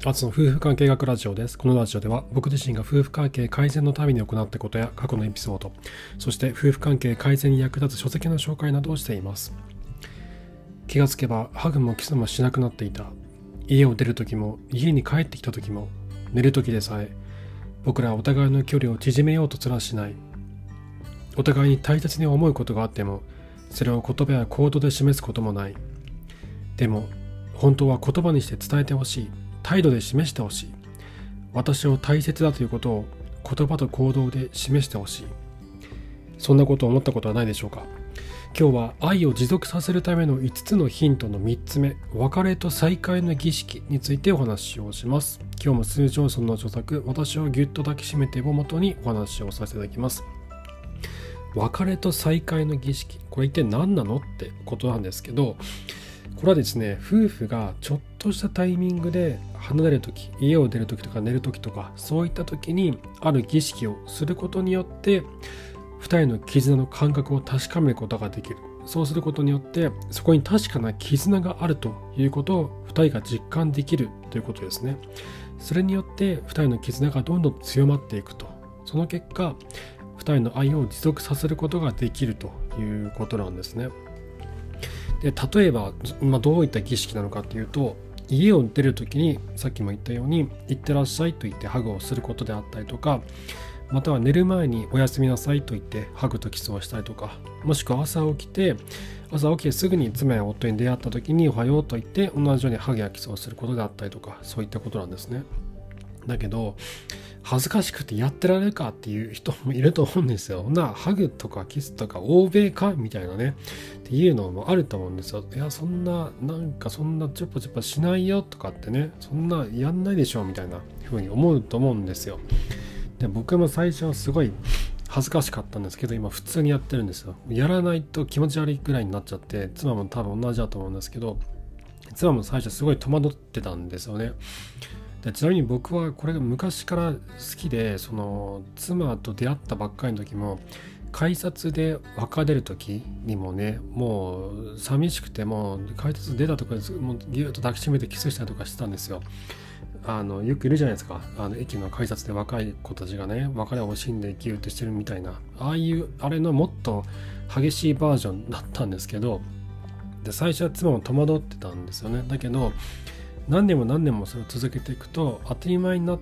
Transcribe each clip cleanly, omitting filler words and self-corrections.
アツの夫婦関係学ラジオです。このラジオでは僕自身が夫婦関係改善のために行ったことや過去のエピソード、そして夫婦関係改善に役立つ書籍の紹介などをしています。気がつけばハグもキスもしなくなっていた。家を出るときも家に帰ってきたときも寝るときでさえ僕らはお互いの距離を縮めようとすらしない。お互いに大切に思うことがあってもそれを言葉や行動で示すこともない。でも本当は言葉にして伝えてほしい。態度で示してほしい。私を大切だということを言葉と行動で示してほしい。そんなことを思ったことはないでしょうか。今日は愛を持続させるための5つのヒントの3つ目、別れと再会の儀式についてお話をします。今日もスー・ジョンソンの著作、私をぎゅっと抱きしめてをもとにお話をさせていただきます。別れと再会の儀式、これ一体何なのってことなんですけど、これはですね、夫婦がちょっとしたタイミングで離れるとき、家を出るときとか寝るときとか、そういったときにある儀式をすることによって二人の絆の感覚を確かめることができる。そうすることによってそこに確かな絆があるということを二人が実感できるということですね。それによって二人の絆がどんどん強まっていくと。その結果、二人の愛を持続させることができるということなんですね。で、例えば、どういった儀式なのかというと、家を出るときにさっきも言ったように行ってらっしゃいと言ってハグをすることであったりとか、または寝る前におやすみなさいと言ってハグとキスをしたりとか、もしくは朝起きてすぐに妻や夫に出会った時におはようと言って同じようにハグやキスをすることであったりとか、そういったことなんですね。だけど恥ずかしくてやってられるかっていう人もいると思うんですよ。ハグとかキスとか欧米かみたいなねっていうのもあると思うんですよ。いや、そんなチュッパチュッパしないよとかってね、そんなやんないでしょみたいな風に思うと思うんですよ。で、僕も最初はすごい恥ずかしかったんですけど、今普通にやってるんですよ。やらないと気持ち悪いぐらいになっちゃって、妻も多分同じだと思うんですけど、妻も最初すごい戸惑ってたんですよね。で、ちなみに僕はこれが昔から好きで、その妻と出会ったばっかりの時も改札で別れる時にもね、もう寂しくても改札出たところでもうギュッと抱きしめてキスしたりとかしてたんですよ。よくいるじゃないですか。駅の改札で若い子たちがね、別れを惜しんでギュッとしてるみたいな、あれのもっと激しいバージョンだったんですけど、で、最初は妻も戸惑ってたんですよね。だけど何年もそれを続けていくと当たり前になって、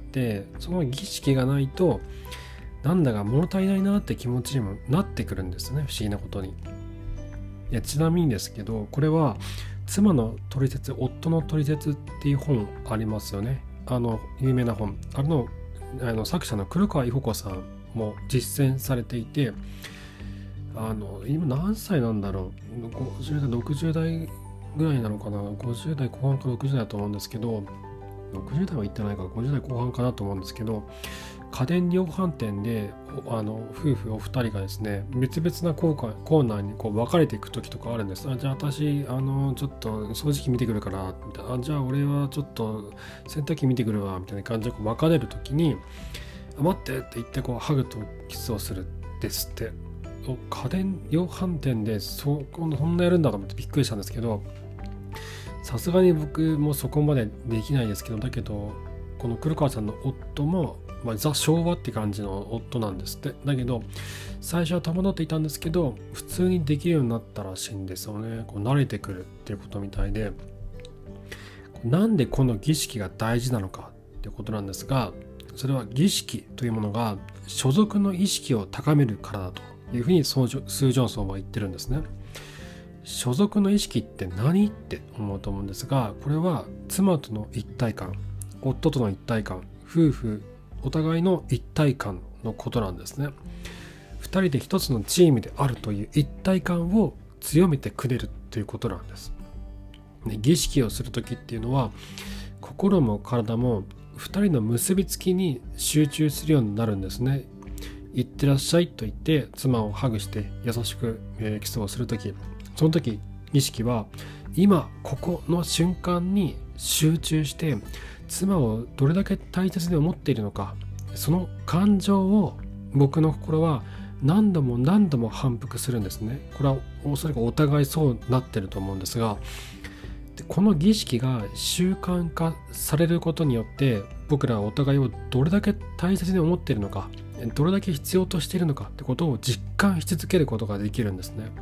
その儀式がないとなんだか物足りないなって気持ちにもなってくるんですね、不思議なことに。いや、ちなみにですけど、これは妻の取説、夫の取説っていう本ありますよね。有名な本。作者の黒川伊保子さんも実践されていて、今何歳なんだろう。50代、60代ぐらいなのかな。50代後半か60代だと思うんですけど、60代は言ってないから50代後半かなと思うんですけど、家電量販店で夫婦お二人がですね、別々なコーナーにこう分かれていく時とかあるんです。じゃあ私ちょっと掃除機見てくるからみたいな、じゃあ俺はちょっと洗濯機見てくるわみたいな感じでこう分かれる時に、待ってって言ってこうハグとキスをするですって。家電量販店でそんなやるんだと思ってびっくりしたんですけど、さすがに僕もそこまでできないですけど、だけどこの黒川さんの夫もザ昭和って感じの夫なんですって。だけど最初は戸惑っていたんですけど、普通にできるようになったらしいんですよね。こう慣れてくるっていうことみたいで、なんでこの儀式が大事なのかっていうことなんですが、それは儀式というものが所属の意識を高めるからだというふうにスー・ジョンソンは言ってるんですね。所属の意識って何って思うと思うんですが、これは妻との一体感、夫との一体感、夫婦お互いの一体感のことなんですね。二人で一つのチームであるという一体感を強めてくれるということなんです。儀式をするときっていうのは心も体も二人の結びつきに集中するようになるんですね。行ってらっしゃいと言って妻をハグして優しくキスをするとき、その時意識は今ここの瞬間に集中して妻をどれだけ大切に思っているのか、その感情を僕の心は何度も反復するんですね。これはおそらくお互いそうなってると思うんですが、 でこの儀式が習慣化されることによって僕らはお互いをどれだけ大切に思っているのか、どれだけ必要としているのかってことを実感し続けることができるんですね。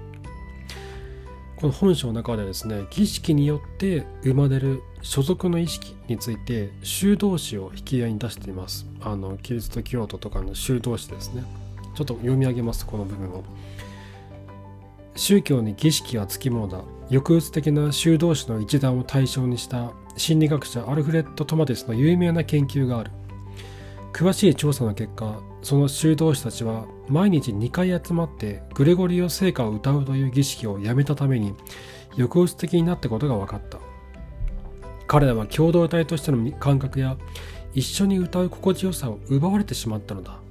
この本書の中でですね、儀式によって生まれる所属の意識について修道士を引き合いに出しています。キリスト教徒とかの修道士ですね。ちょっと読み上げます、この部分を。宗教に儀式はつきものだ。抑うつ的な修道士の一団を対象にした心理学者アルフレッド・トマティスの有名な研究がある。詳しい調査の結果、その修道士たちは毎日2回集まってグレゴリオ聖歌を歌うという儀式をやめたために抑うつ的になったことが分かった。彼らは共同体としての感覚や一緒に歌う心地よさを奪われてしまったのだ。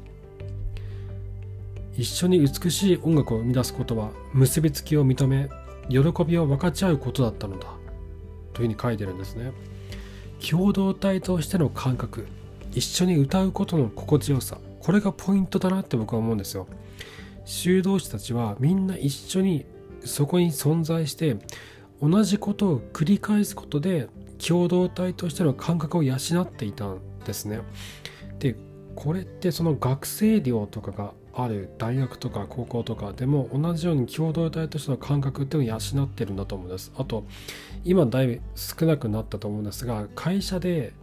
一緒に美しい音楽を生み出すことは結びつきを認め、喜びを分かち合うことだったのだというふうに書いてるんですね。共同体としての感覚、一緒に歌うことの心地よさ、これがポイントだなって僕は思うんですよ。修道士たちはみんな一緒にそこに存在して同じことを繰り返すことで共同体としての感覚を養っていたんですね。で、これってその学生寮とかがある大学とか高校とかでも同じように共同体としての感覚っていうのを養ってるんだと思うんです。あと今だいぶ少なくなったと思うんですが、会社で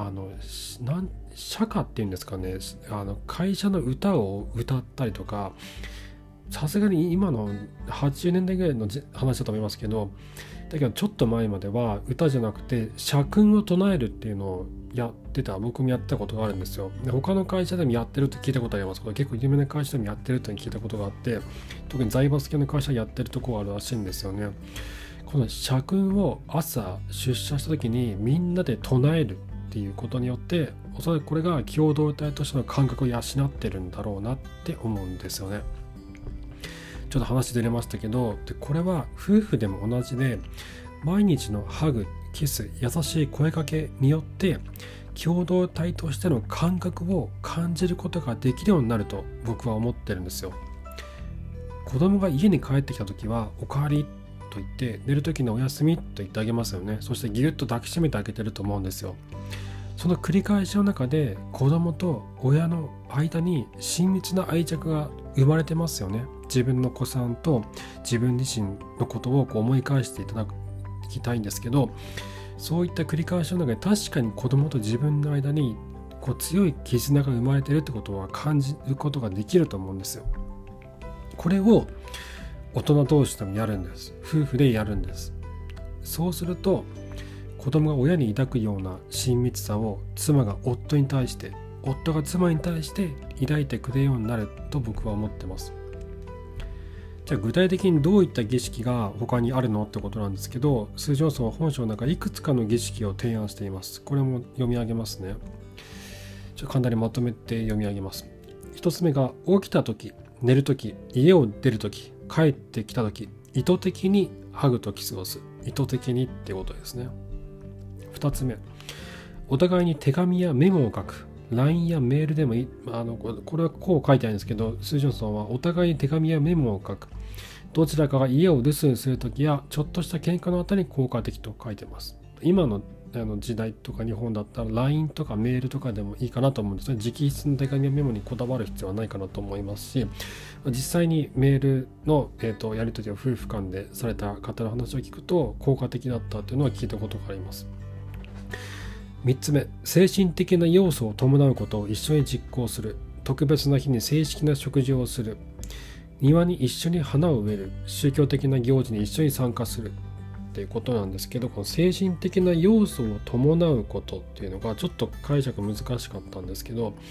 社歌っていうんですかね、会社の歌を歌ったりとか、さすがに今の80年代ぐらいの話だと思いますけど、だけどちょっと前までは歌じゃなくて社訓を唱えるっていうのをやってた、僕もやったことがあるんですよ。で、他の会社でもやってるって聞いたことあります。結構有名な会社でもやってるって聞いたことがあって、特に財閥系の会社やってるところがあるらしいんですよね。この社訓を朝出社した時にみんなで唱えるっていうことによって、おそらくこれが共同体としての感覚を養ってるんだろうなって思うんですよね。ちょっと話ずれましたけど、でこれは夫婦でも同じで、毎日のハグ、キス、優しい声かけによって共同体としての感覚を感じることができるようになると僕は思ってるんですよ。子供が家に帰ってきた時はおかわりと言って、寝る時のおやすみと言ってあげますよね。そしてギュッと抱きしめてあげてると思うんですよ。その繰り返しの中で子供と親の間に親密な愛着が生まれてますよね。自分の子さんと自分自身のことを思い返していただきたいんですけど、そういった繰り返しの中で確かに子供と自分の間に強い絆が生まれているってことは感じることができると思うんですよ。これを大人同士でもやるんです。夫婦でやるんです。そうすると子供が親に抱くような親密さを妻が夫に対して、夫が妻に対して抱いてくれるようになると僕は思ってます。じゃあ具体的にどういった儀式が他にあるのってことなんですけど、スー・ジョンソンは本書の中いくつかの儀式を提案しています。これも読み上げますね。簡単にまとめて読み上げます。一つ目が、起きた時、寝る時、家を出る時、帰ってきた時、意図的にハグとキスをする。意図的にってことですね。2つ目、お互いに手紙やメモを書く。 LINE やメールでもいい。これはこう書いてあるんですけど、スー・ジョンソンはお互いに手紙やメモを書く。どちらかが家を留守にするときやちょっとした喧嘩のあたりに効果的と書いてます。今の時代とか日本だったら LINE とかメールとかでもいいかなと思うんですね。直筆の手紙やメモにこだわる必要はないかなと思いますし、実際にメールの、やり取りを夫婦間でされた方の話を聞くと効果的だったというのは聞いたことがあります。3つ目、精神的な要素を伴うことを一緒に実行する。特別な日に正式な食事をする。庭に一緒に花を植える。宗教的な行事に一緒に参加するっていうことなんですけど、この精神的な要素を伴うことっていうのがちょっと解釈難しかったんですけど、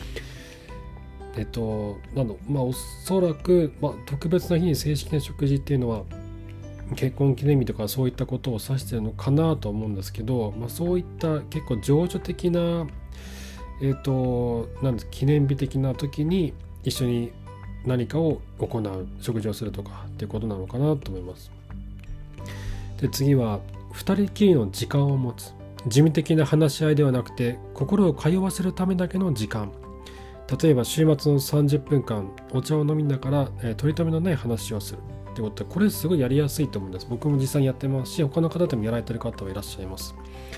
おそらく、特別な日に正式な食事っていうのは結婚記念日とかそういったことを指しているのかなと思うんですけど、そういった結構情緒的な記念日的な時に一緒に何かを行う、食事をするとかっていうことなのかなと思います。で、次は二人きりの時間を持つ。事務的な話し合いではなくて心を通わせるためだけの時間。例えば週末の30分間お茶を飲みながら、取り留めのない話をするっってことで、これすごいやりやすいと思うんです。僕も実際にやってますし、他の方でもやられてる方はいらっしゃいます。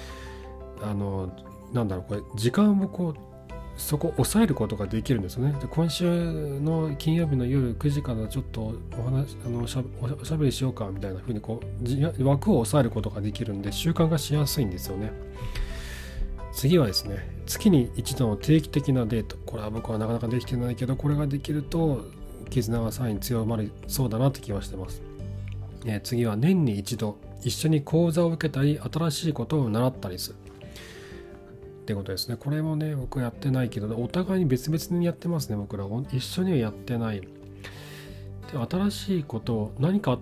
これ時間をそこを抑えることができるんですよね。で、今週の金曜日の夜9時からちょっとおしゃべりしようかみたいな風に枠を抑えることができるんで、習慣がしやすいんですよね。次はですね、月に一度の定期的なデート。これは僕はなかなかできてないけど、これができると絆がさらに強まりそうだなって気はしてます。次は年に一度一緒に講座を受けたり、新しいことを習ったりするってことですね。これもね、僕はやってないけど、お互いに別々にやってますね。僕ら一緒にはやってない。で、何か新しいことを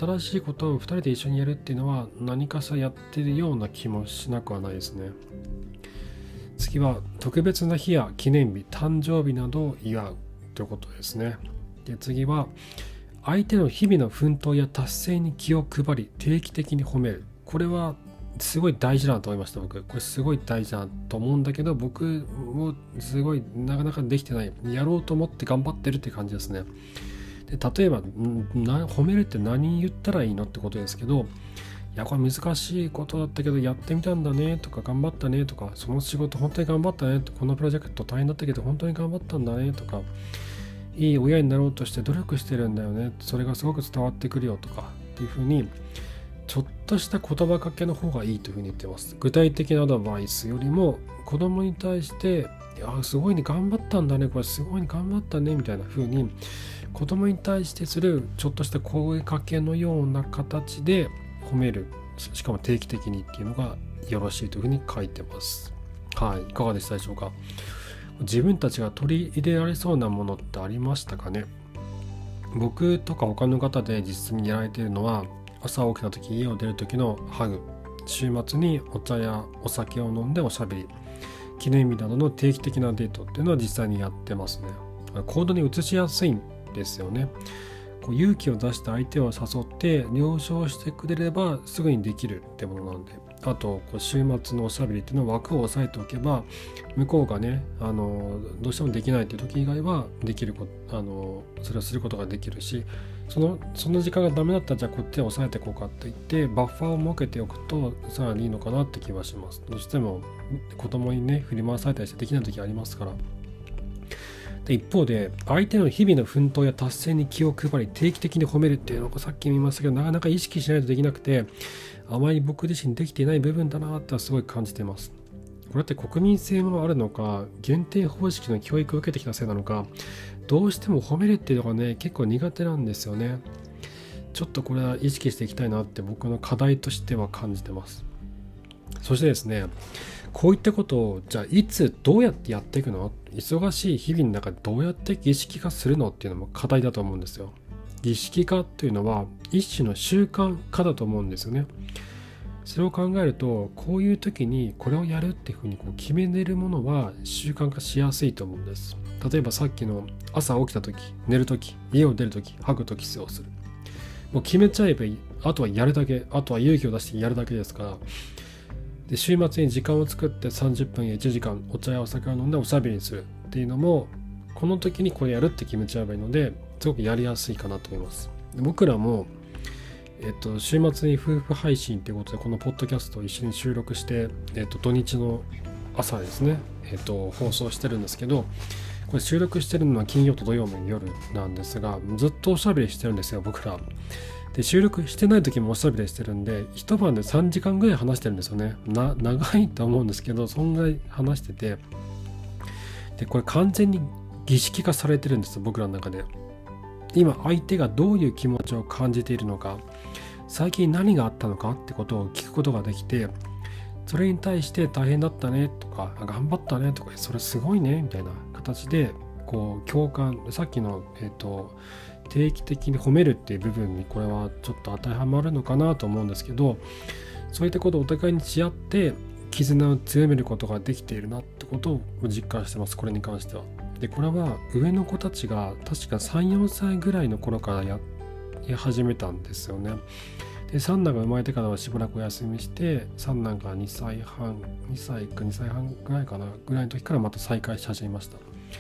2人で一緒にやるっていうのは、何かさやってるような気もしなくはないですね。次は特別な日や記念日、誕生日などを祝うということですね。で、次は相手の日々の奮闘や達成に気を配り、定期的に褒める。これはすごい大事だなと思いました。僕これすごい大事だなと思うんだけど、僕もすごいなかなかできてない。やろうと思って頑張ってるって感じですね。で、例えば褒めるって何言ったらいいのってことですけど、いや、これ難しいことだったけどやってみたんだねとか、頑張ったねとか、その仕事本当に頑張ったねとか、このプロジェクト大変だったけど本当に頑張ったんだねとか、いい親になろうとして努力してるんだよね、それがすごく伝わってくるよとかっていうふうに、ちょっとした言葉かけの方がいいというふうに言ってます。具体的なアドバイスよりも子供に対して、いやすごいね頑張ったんだね、これすごいね頑張ったねみたいなふうに子供に対してするちょっとした声かけのような形で褒める、しかも定期的にっていうのがよろしいというふうに書いてます。はい、いかがでしたでしょうか。自分たちが取り入れられそうなものってありましたかね。僕とか他の方で実際にやられているのは、朝起きた時、家を出る時のハグ、週末にお茶やお酒を飲んでおしゃべり、記念日などの定期的なデートっていうのは実際にやってますね。行動に移しやすいんですよね。勇気を出して相手を誘って了承してくれればすぐにできるってものなんで、あと週末のおしゃべりっていうのは枠を押さえておけば、向こうがねどうしてもできないっていう時以外はできるそれをすることができるし、その時間がダメだったら、じゃあこっちで押さえていこうかって言ってバッファーを設けておくとさらにいいのかなって気はします。どうしても子供にね振り回されたりしてできない時ありますから。一方で相手の日々の奮闘や達成に気を配り定期的に褒めるっていうのをさっきも言いましたけど、なかなか意識しないとできなくて、あまり僕自身できていない部分だなってすごい感じています。これって国民性もあるのか、限定方式の教育を受けてきたせいなのか、どうしても褒めるっていうのがね結構苦手なんですよね。ちょっとこれは意識していきたいなって僕の課題としては感じてます。そしてですね、こういったことをじゃあいつどうやってやっていくの、忙しい日々の中でどうやって儀式化するのっていうのも課題だと思うんですよ。儀式化というのは一種の習慣化だと思うんですよね。それを考えると、こういう時にこれをやるっていうふうに決めれるものは習慣化しやすいと思うんです。例えばさっきの朝起きた時、寝る時、家を出る時、吐く時をする、もう決めちゃえばいい。あとはやるだけ、あとは勇気を出してやるだけですから。で、週末に時間を作って30分や1時間お茶やお酒を飲んでおしゃべりするっていうのも、この時にこれやるって決めちゃえばいいので、すごくやりやすいかなと思います。で、僕らも週末に夫婦配信ということでこのポッドキャストを一緒に収録して、土日の朝ですね、放送してるんですけど、これ収録してるのは金曜と土曜の夜なんですが、ずっとおしゃべりしてるんですよ、僕ら。で、収録してない時もおしゃべりしてるんで、一晩で3時間ぐらい話してるんですよね。長いと思うんですけど、そんぐらい話してて、で、これ完全に儀式化されてるんです、僕らの中で。今相手がどういう気持ちを感じているのか、最近何があったのかってことを聞くことができて、それに対して大変だったねとか、頑張ったねとか、それすごいねみたいな形で共感、さっきの定期的に褒めるっていう部分にこれはちょっと当てはまるのかなと思うんですけど、そういったことをお互いにし合って絆を強めることができているなってことを実感してます、これに関しては。で、これは上の子たちが確か3、4歳ぐらいの頃からや始めたんですよね。で、三男が生まれてからはしばらくお休みして、三男が2歳半ぐらいかなぐらいの時からまた再開し始めました。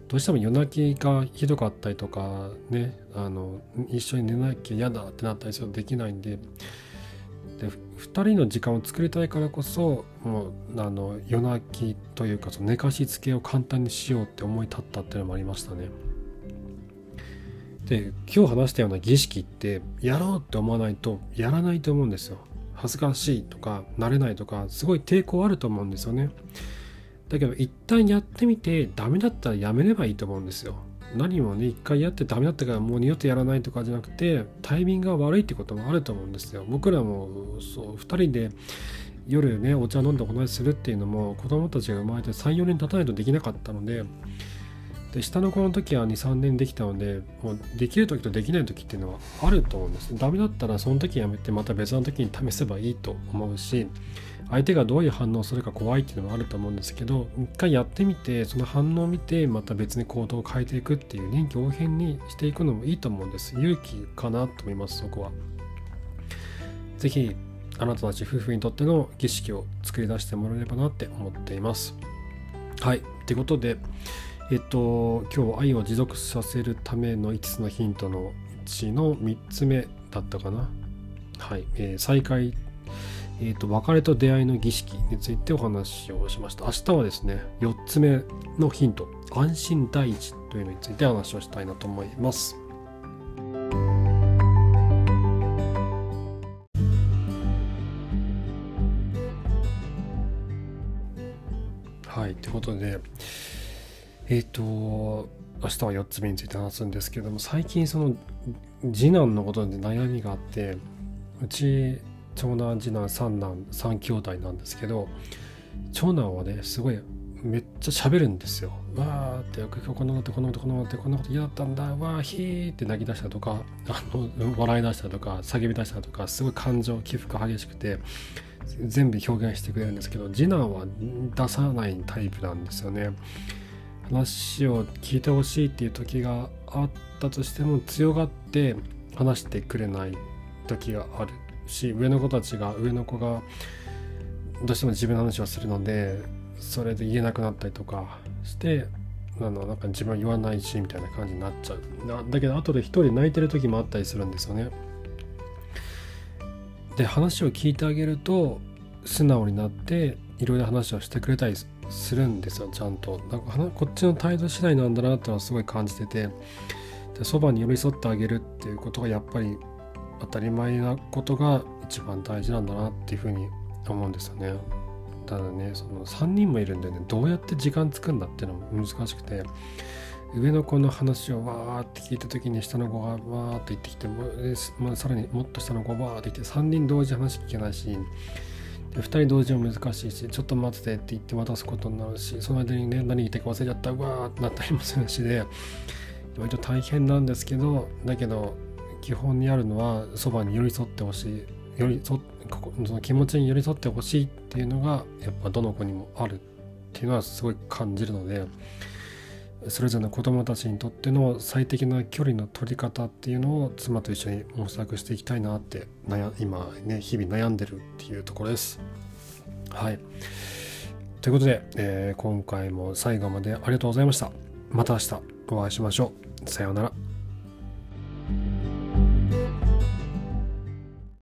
どうしても夜泣きがひどかったりとかね、一緒に寝なきゃ嫌だってなったりするとできないんで、2人の時間を作りたいからこそ、もう夜泣きというかその寝かしつけを簡単にしようって思い立ったっていうのもありましたね。で、今日話したような儀式ってやろうって思わないとやらないと思うんですよ。恥ずかしいとか慣れないとかすごい抵抗あると思うんですよね。だけど一旦やってみてダメだったらやめればいいと思うんですよ。何もね、一回やってダメだったからもう二度とやらないとかじゃなくて、タイミングが悪いってこともあると思うんですよ。僕らもそう2人で夜ねお茶飲んでお話しするっていうのも子供たちが生まれて 3,4 年経たないとできなかったので、下の子の時は 2,3 年できたので、もうできる時とできない時っていうのはあると思うんです。ダメだったらその時やめてまた別の時に試せばいいと思うし、相手がどういう反応をするか怖いっていうのもあると思うんですけど、一回やってみてその反応を見てまた別に行動を変えていくっていう臨機応変にしていくのもいいと思うんです。勇気かなと思います。そこはぜひあなたたち夫婦にとっての儀式を作り出してもらえればなって思っています。はい、ということで今日愛を持続させるための5つのヒントのうちの3つ目だったかな。はい、再会、別れと出会いの儀式についてお話をしました。明日はですね、4つ目のヒント、安心第一というのについて話をしたいなと思います。はい、ということで明日は4つ目について話すんですけども、最近その次男のことで悩みがあって、うち長男次男三男3兄弟なんですけど、長男はねすごいめっちゃ喋るんですよ。わーって今日こんなことこんなことこんなことこんなこと嫌だったんだわーひーって泣き出したとか笑い出したとか叫び出したとか、すごい感情起伏が激しくて全部表現してくれるんですけど、次男は出さないタイプなんですよね。話を聞いてほしいっていう時があったとしても強がって話してくれない時があるし、上の子がどうしても自分の話をするのでそれで言えなくなったりとかしてなんか自分は言わないしみたいな感じになっちゃう。だけど後で一人泣いてる時もあったりするんですよね。で、話を聞いてあげると素直になっていろいろ話をしてくれたりするんですよ。ちゃんとなんかこっちの態度次第なんだなってのはすごい感じてて、でそばに寄り添ってあげるっていうことがやっぱり当たり前なことが一番大事なんだなっていうふうに思うんですよね。ただね、その3人もいるんでね、どうやって時間つくんだっていうのも難しくて、上の子の話をわーって聞いた時に下の子がわーって言ってきてさらにもっと下の子がわーって言って3人同時話聞けないし、2人同時は難しいし、ちょっと待っててって言って渡すことになるし、その間にね何言ってか忘れちゃったうわーってなったりもするしで、割と大変なんですけど、だけど基本にあるのはそばに寄り添ってほしい、その気持ちに寄り添ってほしいっていうのがやっぱどの子にもあるっていうのはすごい感じるので、それぞれの子供たちにとっての最適な距離の取り方っていうのを妻と一緒に模索していきたいなって今ね日々悩んでるっていうところです。はい、ということで、今回も最後までありがとうございました。また明日お会いしましょう。さようなら。